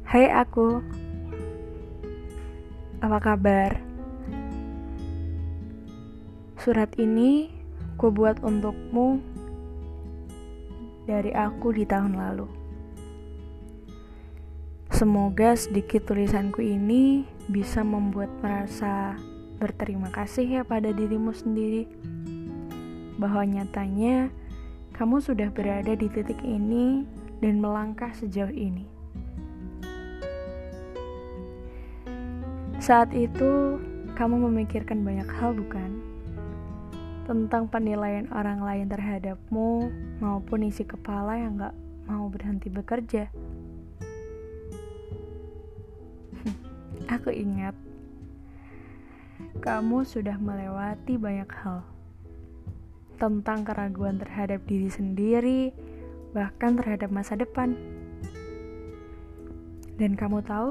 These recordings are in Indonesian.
Hai aku, apa kabar? Surat ini ku buat untukmu dari aku di tahun lalu. Semoga sedikit tulisanku ini bisa membuat merasa berterima kasih ya pada dirimu sendiri, bahwa nyatanya kamu sudah berada di titik ini dan melangkah sejauh ini. Saat itu, kamu memikirkan banyak hal, bukan? Tentang penilaian orang lain terhadapmu maupun isi kepala yang gak mau berhenti bekerja. Aku ingat, kamu sudah melewati banyak hal. Tentang keraguan terhadap diri sendiri, bahkan terhadap masa depan. Dan kamu tahu,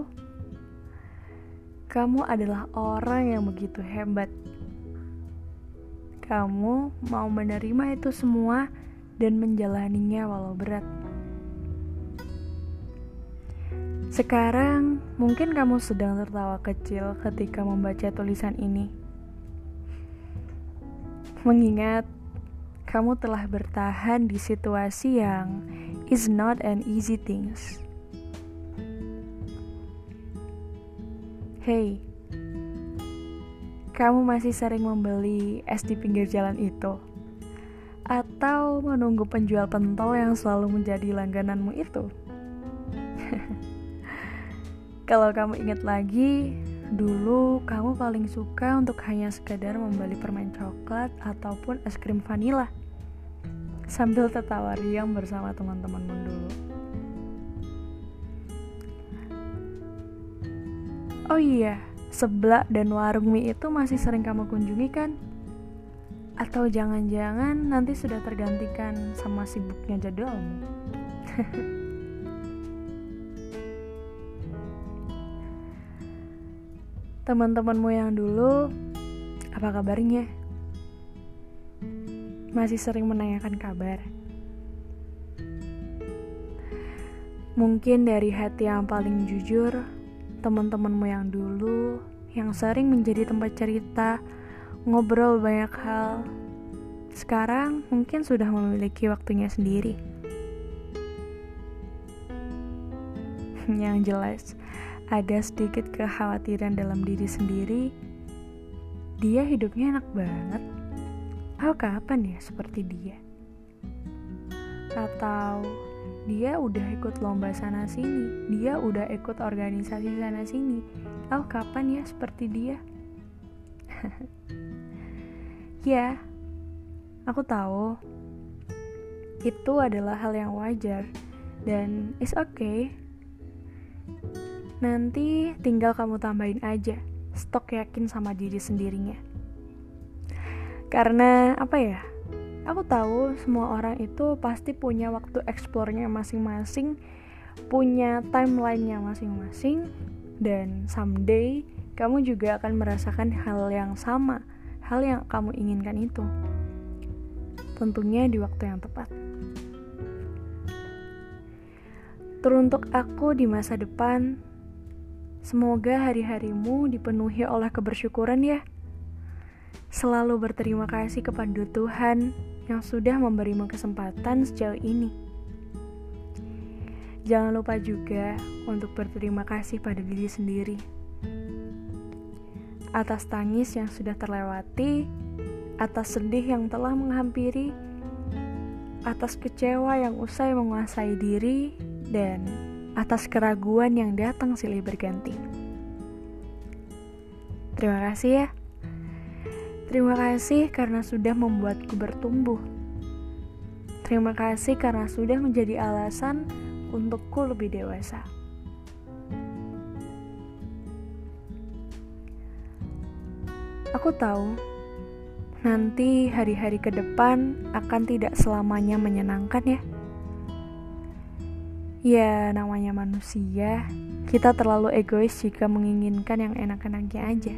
kamu adalah orang yang begitu hebat. Kamu mau menerima itu semua dan menjalaninya walau berat. Sekarang mungkin kamu sedang tertawa kecil ketika membaca tulisan ini, mengingat kamu telah bertahan di situasi yang is not an easy things. Hey, kamu masih sering membeli es di pinggir jalan itu? Atau menunggu penjual pentol yang selalu menjadi langgananmu itu? Kalau kamu ingat lagi, dulu kamu paling suka untuk hanya sekadar membeli permen coklat ataupun es krim vanila, sambil tertawa riang bersama teman-temanmu dulu. Oh iya, seblak dan warung mie itu masih sering kamu kunjungi kan? Atau jangan-jangan nanti sudah tergantikan sama sibuknya jadwalmu? Teman-temanmu yang dulu, apa kabarnya? Masih sering menanyakan kabar? Mungkin dari hati yang paling jujur, teman-temanmu yang dulu, yang sering menjadi tempat cerita, ngobrol banyak hal, sekarang mungkin sudah memiliki waktunya sendiri. Yang jelas, ada sedikit kekhawatiran dalam diri sendiri. Dia hidupnya enak banget. Aku kapan ya seperti dia? Atau dia udah ikut lomba sana sini, dia udah ikut organisasi sana sini. Aku kapan ya seperti dia? Ya, aku tahu itu adalah hal yang wajar dan it's okay. Nanti tinggal kamu tambahin aja stok yakin sama diri sendirinya. Karena apa ya? Aku tahu semua orang itu pasti punya waktu eksplornya masing-masing, punya timeline-nya masing-masing, dan someday kamu juga akan merasakan hal yang sama, hal yang kamu inginkan itu. Tentunya di waktu yang tepat. Teruntuk aku di masa depan, semoga hari-harimu dipenuhi oleh kebersyukuran ya. Selalu berterima kasih kepada Tuhan yang sudah memberimu kesempatan sejauh ini. Jangan lupa juga untuk berterima kasih pada diri sendiri. Atas tangis yang sudah terlewati, atas sedih yang telah menghampiri, atas kecewa yang usai menguasai diri, dan atas keraguan yang datang silih berganti. Terima kasih ya. Terima kasih karena sudah membuatku bertumbuh. Terima kasih karena sudah menjadi alasan untukku lebih dewasa. Aku tahu nanti hari-hari ke depan akan tidak selamanya menyenangkan ya. Ya, namanya manusia, kita terlalu egois jika menginginkan yang enak-enaknya aja.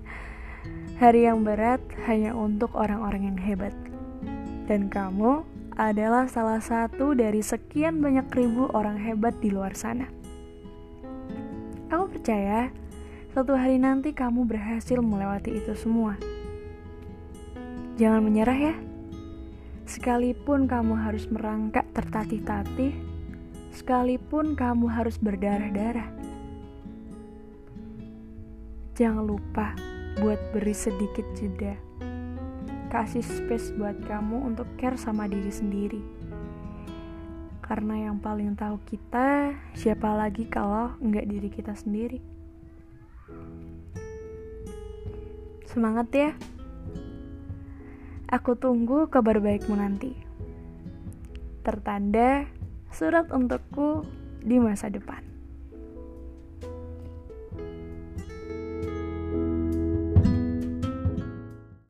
Hari yang berat hanya untuk orang-orang yang hebat. Dan kamu adalah salah satu dari sekian banyak ribu orang hebat di luar sana. Aku percaya suatu hari nanti kamu berhasil melewati itu semua. Jangan menyerah ya. Sekalipun kamu harus merangkak tertatih-tatih, sekalipun kamu harus berdarah-darah, jangan lupa buat beri sedikit jeda. Kasih space buat kamu untuk care sama diri sendiri. Karena yang paling tahu kita, siapa lagi kalau enggak diri kita sendiri. Semangat ya. Aku tunggu kabar baikmu nanti. Tertanda surat untukku di masa depan.